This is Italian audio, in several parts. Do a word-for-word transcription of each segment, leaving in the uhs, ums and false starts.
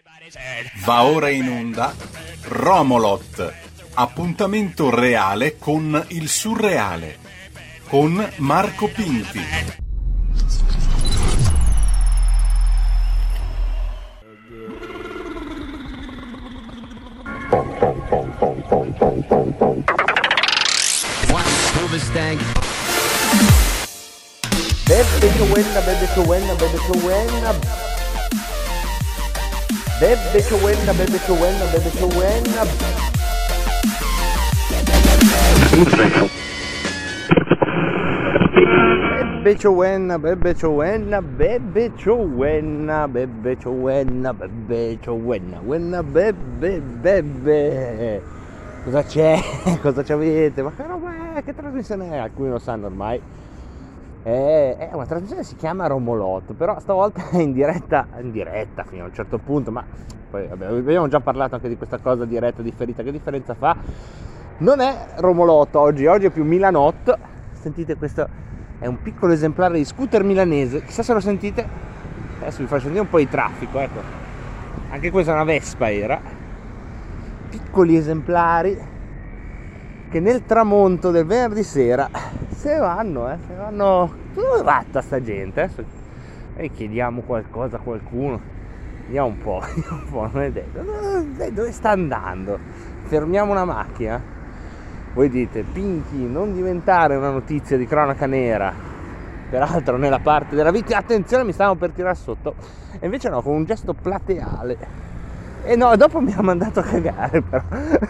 Va ora in onda Romolot, appuntamento reale con il surreale, con Marco Pinti. Bebe Chowena, Bebe Chowena, Bebe Chowena. Bebe Chowena, Bebe Chowena, Bebe Chowena. Bebe Chowena, Bebe Chowena, Bebe Chowena, Bebe Chowena, Bebe Chowena, Wenna Bebe Bebe. Cosa c'è? Cosa ci avete? Ma che roba è? Che trasmissione è? Alcuni lo sanno ormai. È, è una trasmissione che si chiama Romolot, però stavolta è in diretta, in diretta fino a un certo punto, ma poi vabbè, abbiamo già parlato anche di questa cosa diretta differita, che differenza fa? Non è Romolot oggi, oggi è più Milanot. Sentite, questo è un piccolo esemplare di scooter milanese, chissà se lo sentite. Adesso vi faccio sentire un po' di traffico, ecco. Anche questa è una Vespa, era. Piccoli esemplari che nel tramonto del venerdì sera se vanno, eh, se vanno. Dove va sta gente? Adesso e chiediamo qualcosa a qualcuno. Vediamo un po', vediamo un po', non è detto. Dove, dove sta andando? Fermiamo una macchina. Voi dite, Pinky, non diventare una notizia di cronaca nera, peraltro nella parte della vita. Attenzione, mi stavano per tirare sotto. E invece no, con un gesto plateale. E no, dopo mi ha mandato a cagare però.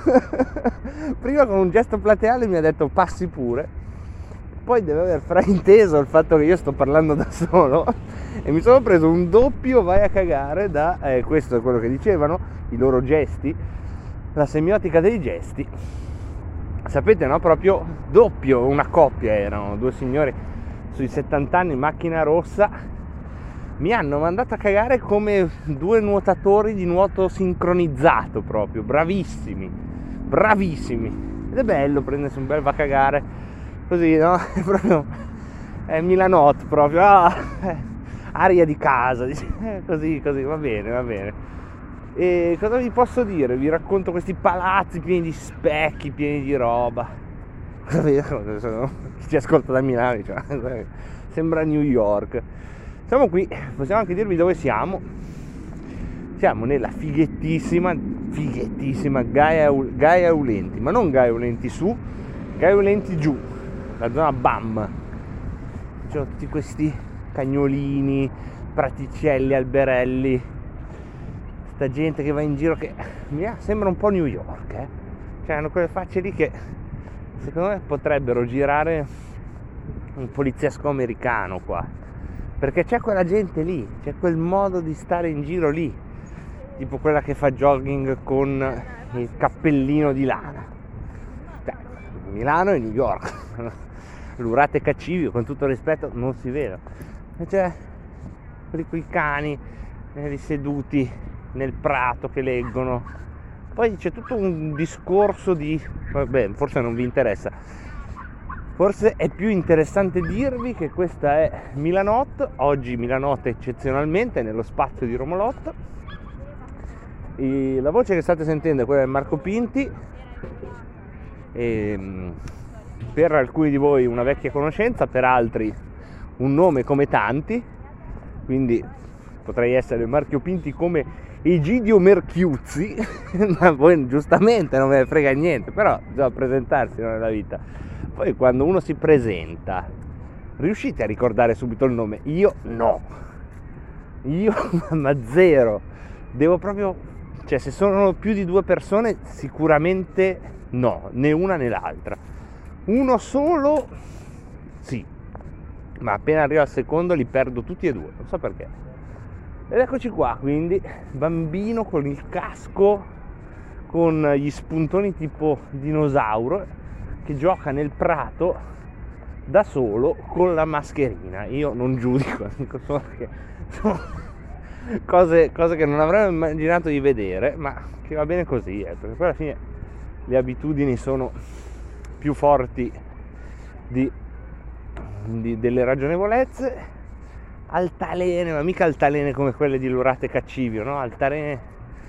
Prima con un gesto plateale mi ha detto passi pure, poi deve aver frainteso il fatto che io sto parlando da solo e mi sono preso un doppio vai a cagare da eh, questo è quello che dicevano i loro gesti, la semiotica dei gesti, sapete, no? Proprio doppio, una coppia erano, due signori sui settanta anni, macchina rossa. Mi hanno mandato a cagare come due nuotatori di nuoto sincronizzato, proprio bravissimi, bravissimi. Ed è bello prendersi un bel va a cagare così, no? È proprio è Milanot proprio, ah, eh, aria di casa, eh, così, così, va bene, va bene. E cosa vi posso dire? Vi racconto questi palazzi pieni di specchi, pieni di roba. Chi ci ascolta da Milano, cioè, sembra New York. Siamo qui, possiamo anche dirvi dove siamo. Siamo nella fighettissima, fighettissima Gaia, Gaia Aulenti, ma non Gaia Aulenti su, Gaia Aulenti giù, la zona B A M. Ci sono tutti questi cagnolini, praticelli, alberelli, sta gente che va in giro che mi sembra un po' New York, eh? Cioè hanno quelle facce lì che secondo me potrebbero girare un poliziesco americano qua. Perché c'è quella gente lì, c'è quel modo di stare in giro lì, tipo quella che fa jogging con il cappellino di lana. Cioè, Milano e New York, l'Urate Cacivio, con tutto il rispetto, non si vede. E c'è quelli quei cani eh, seduti nel prato che leggono. Poi c'è tutto un discorso di, vabbè, forse non vi interessa. Forse è più interessante dirvi che questa è Milanot, oggi Milanot eccezionalmente nello spazio di Romolot. E la voce che state sentendo è quella di Marco Pinti, e per alcuni di voi una vecchia conoscenza, per altri un nome come tanti, quindi potrei essere Marco Pinti come Egidio Merchiuzzi, ma voi giustamente non me ne frega niente, però bisogna presentarsi nella vita. Poi quando uno si presenta, riuscite a ricordare subito il nome? Io no, io ma zero, devo proprio, cioè se sono più di due persone sicuramente no, né una né l'altra. Uno solo sì, ma appena arrivo al secondo li perdo tutti e due, non so perché. Ed eccoci qua, quindi bambino con il casco, con gli spuntoni tipo dinosauro, che gioca nel prato da solo con la mascherina. Io non giudico, dico solo che sono cose, cose che non avrei immaginato di vedere, ma che va bene così, eh, perché poi alla fine le abitudini sono più forti di, di, delle ragionevolezze. Altalene, ma mica altalene come quelle di Lurate Cacivio, no? Altalene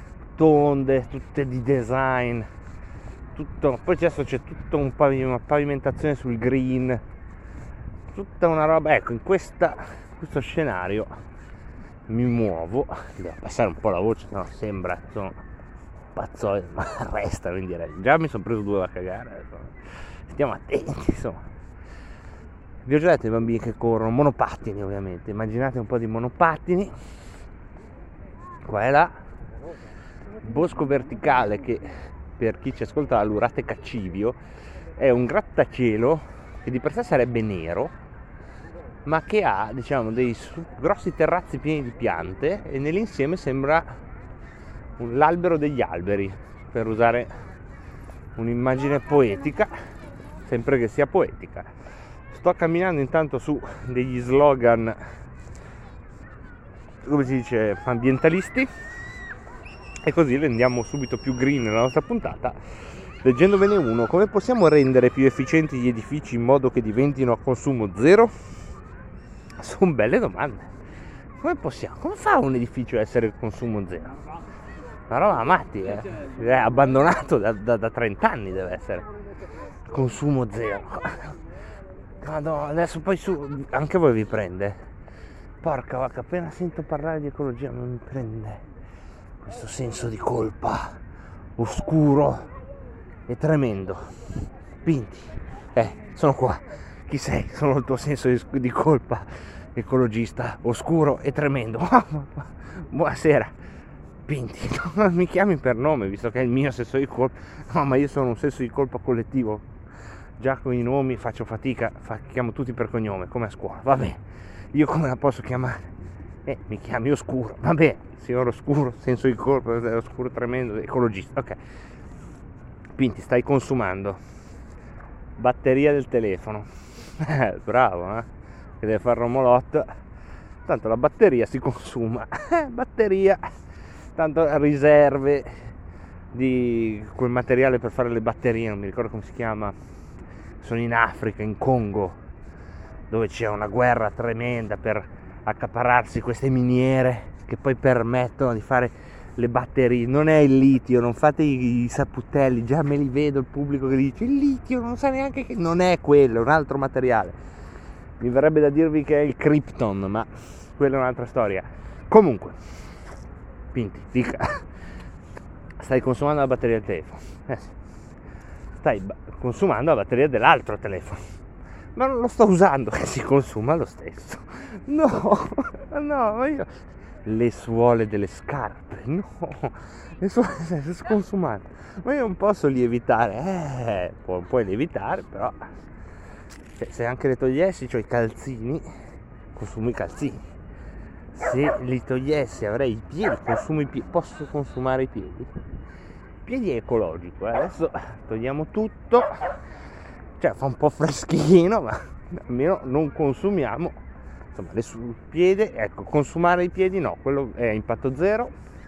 rotonde, tutte di design, tutto. Poi adesso c'è tutta un pav- una pavimentazione sul green, tutta una roba. Ecco, in questa, questo scenario mi muovo, devo passare un po' la voce, no, sembra sono pazzo, ma resta in diretta. Già mi sono preso due da cagare, stiamo attenti, insomma. Vi ho già detto ai bambini che corrono, monopattini ovviamente, immaginate un po' di monopattini, qua e là, bosco verticale che per chi ci ascolta all'Urate Caccivio è un grattacielo che di per sé sarebbe nero, ma che ha, diciamo, dei grossi terrazzi pieni di piante e nell'insieme sembra un, l'albero degli alberi, per usare un'immagine poetica, sempre che sia poetica. Sto camminando intanto su degli slogan, come si dice, ambientalisti, e così rendiamo subito più green la nostra puntata leggendovene uno. Come possiamo rendere più efficienti gli edifici in modo che diventino a consumo zero? Sono belle domande. Come possiamo? Come fa un edificio a essere a consumo zero? Una roba matti, eh? È abbandonato da, da, da trenta anni, deve essere consumo zero. Madonna, adesso poi su, anche voi vi prende. Porca vacca, appena sento parlare di ecologia mi prende questo senso di colpa oscuro e tremendo. Pinti, eh, sono qua. Chi sei? Sono il tuo senso di, di colpa ecologista oscuro e tremendo. Buonasera, Pinti. Non mi chiami per nome, visto che è il mio senso di colpa. No, ma io sono un senso di colpa collettivo. Già con i nomi faccio fatica, fa, chiamo tutti per cognome, come a scuola. Vabbè, io come la posso chiamare? Eh, mi chiami oscuro. Vabbè, signor oscuro, senso di colpa, oscuro tremendo, ecologista. Ok. Pinti, stai consumando batteria del telefono. Eh, bravo, eh? Che deve fare Romolot. Tanto la batteria si consuma. Batteria. Tanto riserve di quel materiale per fare le batterie, non mi ricordo come si chiama. Sono in Africa, in Congo, dove c'è una guerra tremenda per accaparrarsi queste miniere che poi permettono di fare le batterie. Non è il litio, non fate i, i saputelli, già me li vedo il pubblico che dice il litio, non sa neanche che non è quello, è un altro materiale. Mi verrebbe da dirvi che è il Krypton, ma quella è un'altra storia. Comunque, Pinti, dica, stai consumando la batteria del telefono. Eh, stai consumando la batteria dell'altro telefono, ma non lo sto usando, che si consuma lo stesso. No, no, ma io le suole delle scarpe, no, le suole si consumate, ma io non posso lievitare. Eh, pu- puoi lievitare, però cioè, se anche le togliessi, cioè i calzini, consumo i calzini. Se li togliessi avrei i piedi, consumo i piedi, posso consumare i piedi. Piedi è ecologico, eh? Adesso togliamo tutto, cioè fa un po' freschino, ma almeno non consumiamo, insomma, le sul piede, ecco, consumare i piedi no, quello è impatto zero.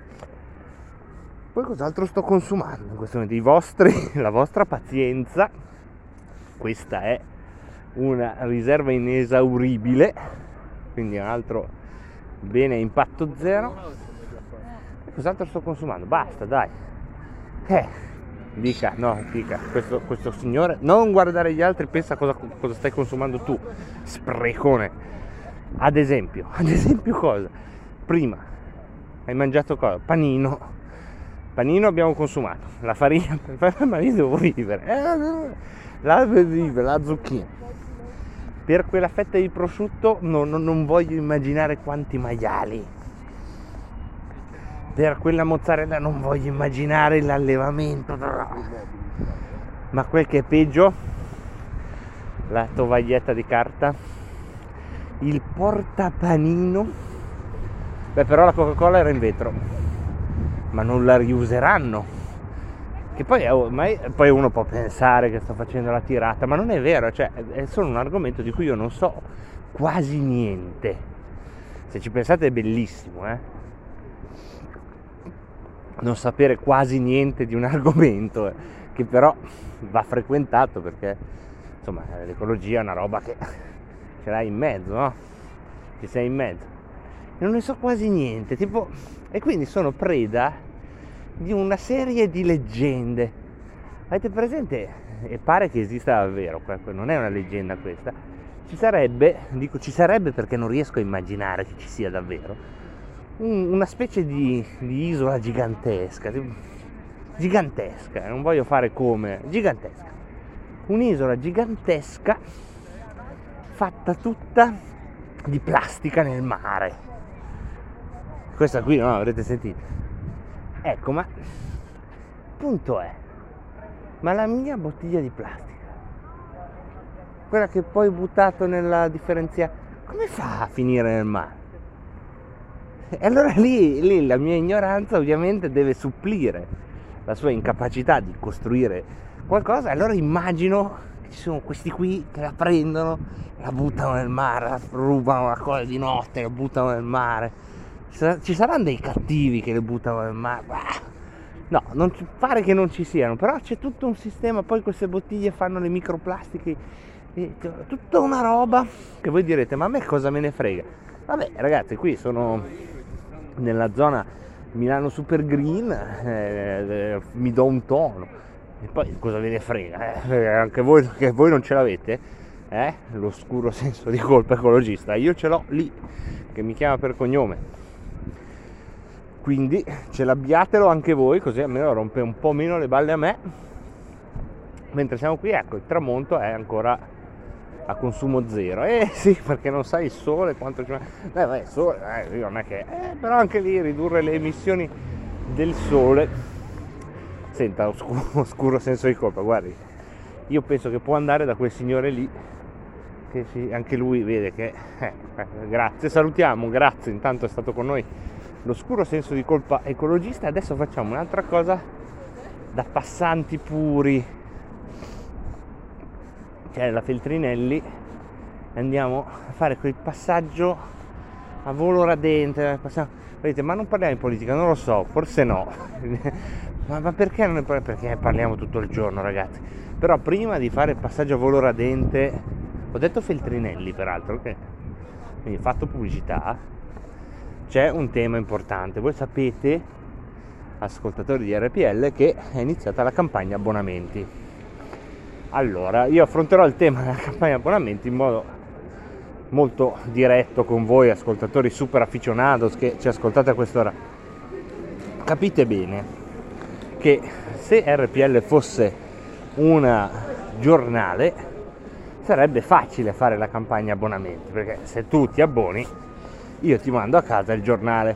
Poi cos'altro sto consumando in questo momento? I vostri, la vostra pazienza, questa è una riserva inesauribile, quindi un altro bene impatto zero. E cos'altro sto consumando? Basta, dai. Eh, dica, no, dica, questo, questo signore, non guardare gli altri, pensa cosa, cosa stai consumando tu, sprecone. Ad esempio, ad esempio cosa? Prima, hai mangiato cosa? Panino. Panino abbiamo consumato, la farina, ma io devo vivere, eh, la devo vivere, la zucchina. Per quella fetta di prosciutto non, non, non voglio immaginare quanti maiali. Per quella mozzarella non voglio immaginare l'allevamento, ma quel che è peggio, la tovaglietta di carta, il portapanino. Beh, però la Coca-Cola era in vetro, ma non la riuseranno, che poi, oh, ma poi uno può pensare che sto facendo la tirata, ma non è vero, cioè è solo un argomento di cui io non so quasi niente. Se ci pensate è bellissimo, eh non sapere quasi niente di un argomento, eh, che però va frequentato, perché insomma l'ecologia è una roba che ce l'hai in mezzo, no? Ci sei in mezzo. E non ne so quasi niente, tipo, e quindi sono preda di una serie di leggende. Avete presente? E pare che esista davvero, non è una leggenda questa. Ci sarebbe, dico ci sarebbe perché non riesco a immaginare che ci sia davvero, un, una specie di, di isola gigantesca, gigantesca, non voglio fare come, gigantesca, un'isola gigantesca fatta tutta di plastica nel mare. Questa qui no, avrete sentito. Ecco, ma il punto è, ma la mia bottiglia di plastica, quella che poi ho buttato nella differenzia, come fa a finire nel mare? E allora lì, lì la mia ignoranza ovviamente deve supplire la sua incapacità di costruire qualcosa. Allora immagino che ci sono questi qui che la prendono, la buttano nel mare, la rubano la cosa di notte, la buttano nel mare. Ci saranno dei cattivi che le buttano nel mare? No, non ci, pare che non ci siano, però c'è tutto un sistema. Poi queste bottiglie fanno le microplastiche, e tutta una roba che voi direte, ma a me cosa me ne frega? Vabbè ragazzi, qui sono nella zona Milano Super Green, eh, eh, mi do un tono, e poi cosa ve ne frega? Eh? Anche voi, che voi non ce l'avete, eh? L'oscuro senso di colpa ecologista, io ce l'ho lì, che mi chiama per cognome. Quindi ce l'abbiatelo anche voi, così almeno rompe un po' meno le balle a me. Mentre siamo qui, ecco, il tramonto è ancora a consumo zero. Eh sì, perché non sai il sole quanto ci... Eh vabbè, il sole, eh, non è che... Eh, però anche lì ridurre le emissioni del sole... Senta, oscuro, oscuro senso di colpa, guardi. Io penso che può andare da quel signore lì, che sì, anche lui vede che... Eh, eh, grazie, salutiamo, grazie, intanto è stato con noi l'oscuro senso di colpa ecologista. Adesso facciamo un'altra cosa da passanti puri, cioè la Feltrinelli, andiamo a fare quel passaggio a volo radente. Passiamo, vedete, ma non parliamo di politica, non lo so, forse no. ma, ma perché non ne parliamo? Perché parliamo tutto il giorno, ragazzi. Però prima di fare il passaggio a volo radente, ho detto Feltrinelli peraltro, che quindi fatto pubblicità, c'è un tema importante. Voi sapete, ascoltatori di R P L, che è iniziata la campagna abbonamenti. Allora, io affronterò il tema della campagna abbonamenti in modo molto diretto con voi, ascoltatori super aficionados che ci ascoltate a quest'ora. Capite bene che se R P L fosse un giornale sarebbe facile fare la campagna abbonamenti, perché se tu ti abboni io ti mando a casa il giornale.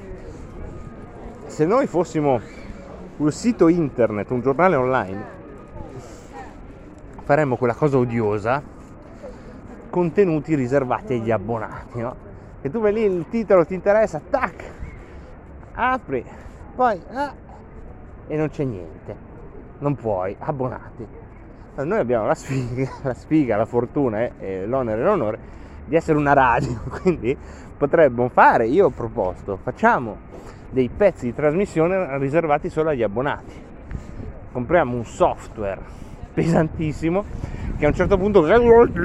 Se noi fossimo un sito internet, un giornale online, faremmo quella cosa odiosa, contenuti riservati agli abbonati, no? E tu vai lì, il titolo ti interessa, tac, apri, poi ah, e non c'è niente, non puoi, abbonati. Allora, noi abbiamo la sfiga, la sfiga, la fortuna e eh, l'onere e l'onore di essere una radio, quindi potremmo fare, io ho proposto, facciamo dei pezzi di trasmissione riservati solo agli abbonati. Compriamo un software pesantissimo che a un certo punto, se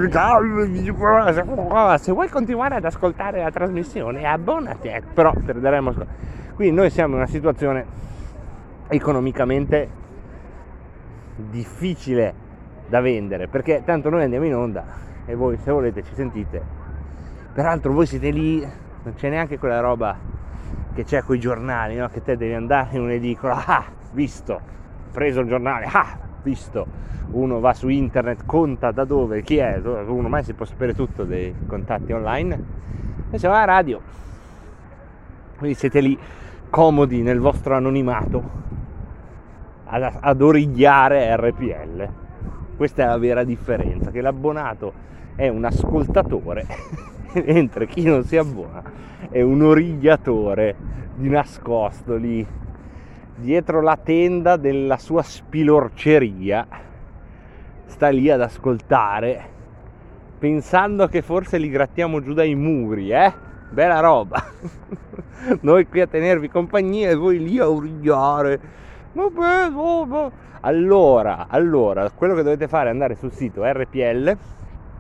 vuoi continuare ad ascoltare la trasmissione abbonati, ecco, però perderemo. Quindi noi siamo in una situazione economicamente difficile da vendere, perché tanto noi andiamo in onda e voi, se volete, ci sentite. Peraltro voi siete lì, non c'è neanche quella roba che c'è coi giornali, no? Che te devi andare in un'edicola, ah, visto, preso il giornale, ah, visto. Uno va su internet, conta da dove, chi è, uno mai si può sapere tutto dei contatti online. Noi siamo alla radio, quindi siete lì comodi nel vostro anonimato ad, ad origliare R P L. Questa è la vera differenza, che l'abbonato è un ascoltatore mentre chi non si abbona è un origliatore di nascosto lì dietro la tenda della sua spilorceria, sta lì ad ascoltare pensando che forse li grattiamo giù dai muri, eh? Bella roba. Noi qui a tenervi compagnia e voi lì a origliare. Vabbè, vabbè. Allora, allora, quello che dovete fare è andare sul sito R P L,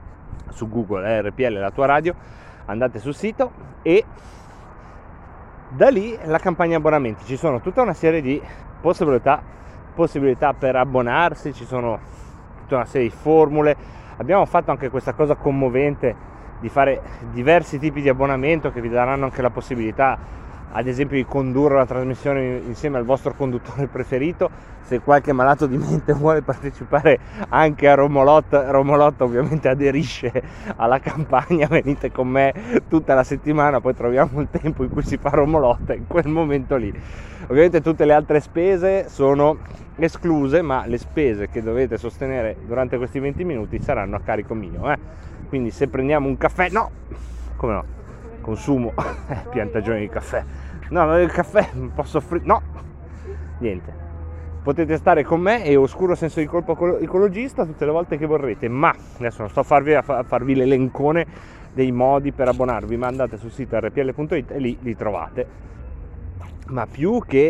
su Google, R P L la tua radio, andate sul sito e Da lì la campagna abbonamenti, ci sono tutta una serie di possibilità, possibilità per abbonarsi, ci sono tutta una serie di formule. Abbiamo fatto anche questa cosa commovente di fare diversi tipi di abbonamento che vi daranno anche la possibilità, ad esempio, di condurre la trasmissione insieme al vostro conduttore preferito. Se qualche malato di mente vuole partecipare anche a Romolot, Romolot ovviamente aderisce alla campagna, venite con me tutta la settimana, poi troviamo il tempo in cui si fa Romolot, in quel momento lì. Ovviamente tutte le altre spese sono escluse, ma le spese che dovete sostenere durante questi venti minuti saranno a carico mio, eh? Quindi se prendiamo un caffè, no, come no, consumo piantagioni di caffè, no, il caffè posso offrire, no, niente. Potete stare con me e oscuro senso di colpa ecologista tutte le volte che vorrete, ma adesso non sto a farvi, a farvi l'elencone dei modi per abbonarvi, ma andate sul sito erre pi elle punto it e lì li trovate. Ma più che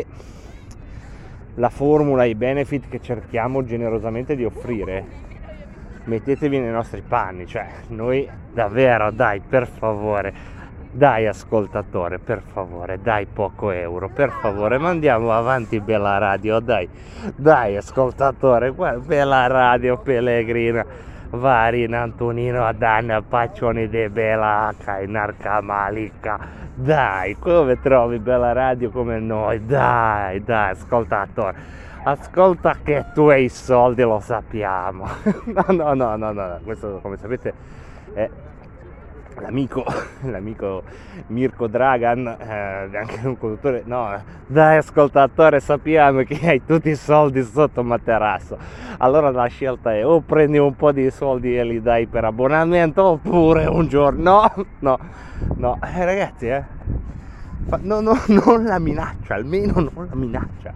la formula, i benefit che cerchiamo generosamente di offrire, mettetevi nei nostri panni, cioè noi davvero, dai, per favore, dai ascoltatore, per favore, dai poco euro, per favore, mandiamo avanti Bella Radio, dai, dai ascoltatore, Bella Radio Pellegrina, Varin, Antonino, Adanna, Paccioni de Bella, Kainar Kamalika, dai, come trovi Bella Radio come noi, dai, dai ascoltatore, ascolta che tu hai i soldi, lo sappiamo, no, no, no, no, no, questo come sapete è l'amico, l'amico Mirko Dragan, eh, anche un conduttore, no, dai ascoltatore, sappiamo che hai tutti i soldi sotto materasso, allora la scelta è o prendi un po' di soldi e li dai per abbonamento oppure un giorno, no, no, no, eh, ragazzi, eh, Fa, no, no, non la minaccia, almeno non la minaccia,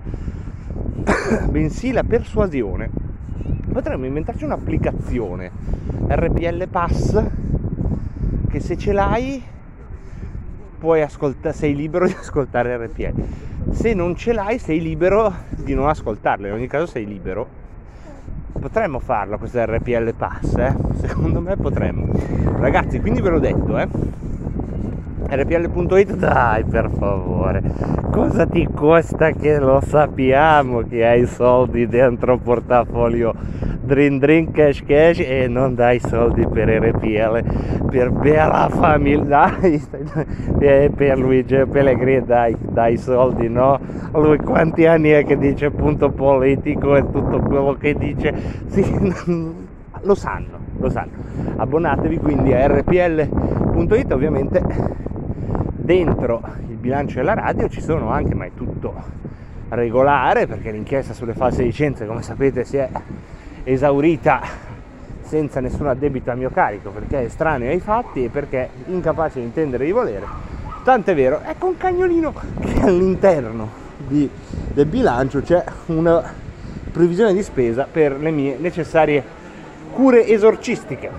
bensì la persuasione. Potremmo inventarci un'applicazione erre pi elle Pass che se ce l'hai puoi ascoltare, sei libero di ascoltare erre pi elle, se non ce l'hai sei libero di non ascoltarlo, in ogni caso sei libero. Potremmo farlo questa erre pi elle Pass, eh? Secondo me potremmo, ragazzi, quindi ve l'ho detto, eh? erre pi elle punto it, dai per favore, cosa ti costa che lo sappiamo che hai soldi dentro portafoglio, Dream Dream Cash Cash e non dai soldi per erre pi elle, per Bella Famiglia, dai, e per Luigi Pellegrini dai, dai soldi, no? Lui quanti anni è che dice punto politico e tutto quello che dice, sì, lo sanno, lo sanno. Abbonatevi quindi a erre pi elle punto it, ovviamente dentro il bilancio della radio ci sono anche, ma è tutto regolare perché l'inchiesta sulle false licenze, come sapete, si è esaurita senza nessun addebito a mio carico, perché è estraneo ai fatti e perché incapace di intendere di volere. Tant'è vero, ecco un cagnolino che all'interno di, del bilancio c'è una previsione di spesa per le mie necessarie cure esorcistiche.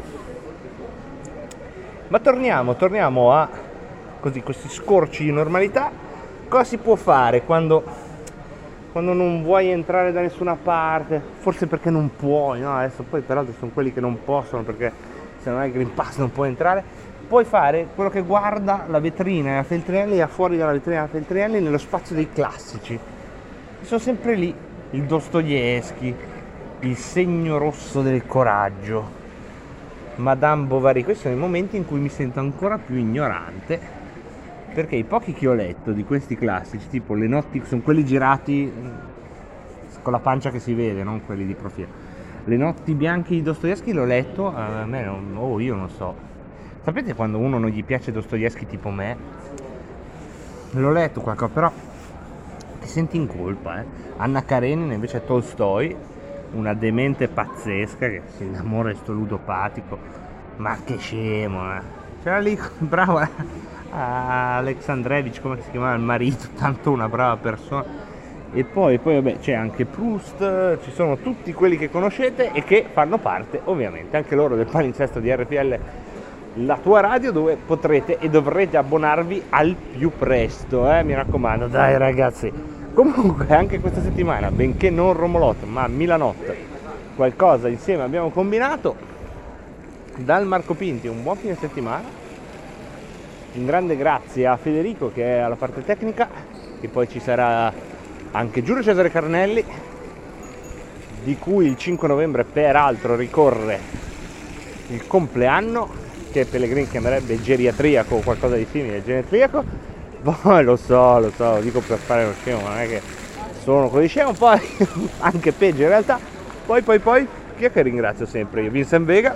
Ma torniamo, torniamo a così questi scorci di normalità. Cosa si può fare quando, quando non vuoi entrare da nessuna parte? Forse perché non puoi, no? Adesso poi peraltro sono quelli che non possono perché se non hai il Green Pass non puoi entrare. Puoi fare quello che guarda la vetrina a Feltrinelli e fuori dalla vetrina a Feltrinelli nello spazio dei classici. Sono sempre lì il Dostoevskij, il segno rosso del coraggio, Madame Bovary. Questi sono i momenti in cui mi sento ancora più ignorante, perché i pochi che ho letto di questi classici, tipo Le notti, sono quelli girati con la pancia che si vede, non quelli di profilo. Le notti bianche di Dostoevskij l'ho letto, a me non, oh io non so. Sapete quando uno non gli piace Dostoevskij tipo me? L'ho letto qualcosa, però ti senti in colpa, eh? Anna Karenina invece è Tolstoi, una demente pazzesca che si innamora di sto ludopatico, ma che scemo, eh? C'era lì, brava, Alexandrevich, come si chiamava il marito, tanto una brava persona. E poi, poi vabbè, c'è anche Proust, ci sono tutti quelli che conoscete e che fanno parte ovviamente anche loro del palinsesto di erre pi elle, la tua radio, dove potrete e dovrete abbonarvi al più presto, eh? Mi raccomando, dai ragazzi. Comunque anche questa settimana, benché non Romolot ma Milanot, qualcosa insieme abbiamo combinato. Dal Marco Pinti un buon fine settimana Un grande grazie a Federico che è alla parte tecnica, e poi ci sarà anche Giulio Cesare Carnelli, di cui il cinque novembre peraltro ricorre il compleanno, che Pellegrini chiamerebbe geriatriaco o qualcosa di simile, geriatriaco. Poi lo so, lo so, lo dico per fare lo scemo, non è che sono così scemo, poi anche peggio in realtà. Poi poi poi chi è che ringrazio sempre io? Vincent Vega,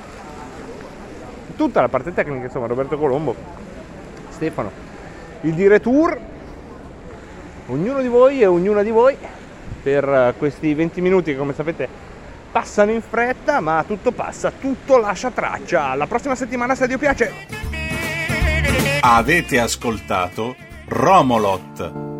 tutta la parte tecnica, insomma, Roberto Colombo, Stefano, il direttour, ognuno di voi e ognuna di voi per questi venti minuti che, come sapete, passano in fretta, ma tutto passa, tutto lascia traccia. La prossima settimana, se Dio piace. Avete ascoltato Romolot.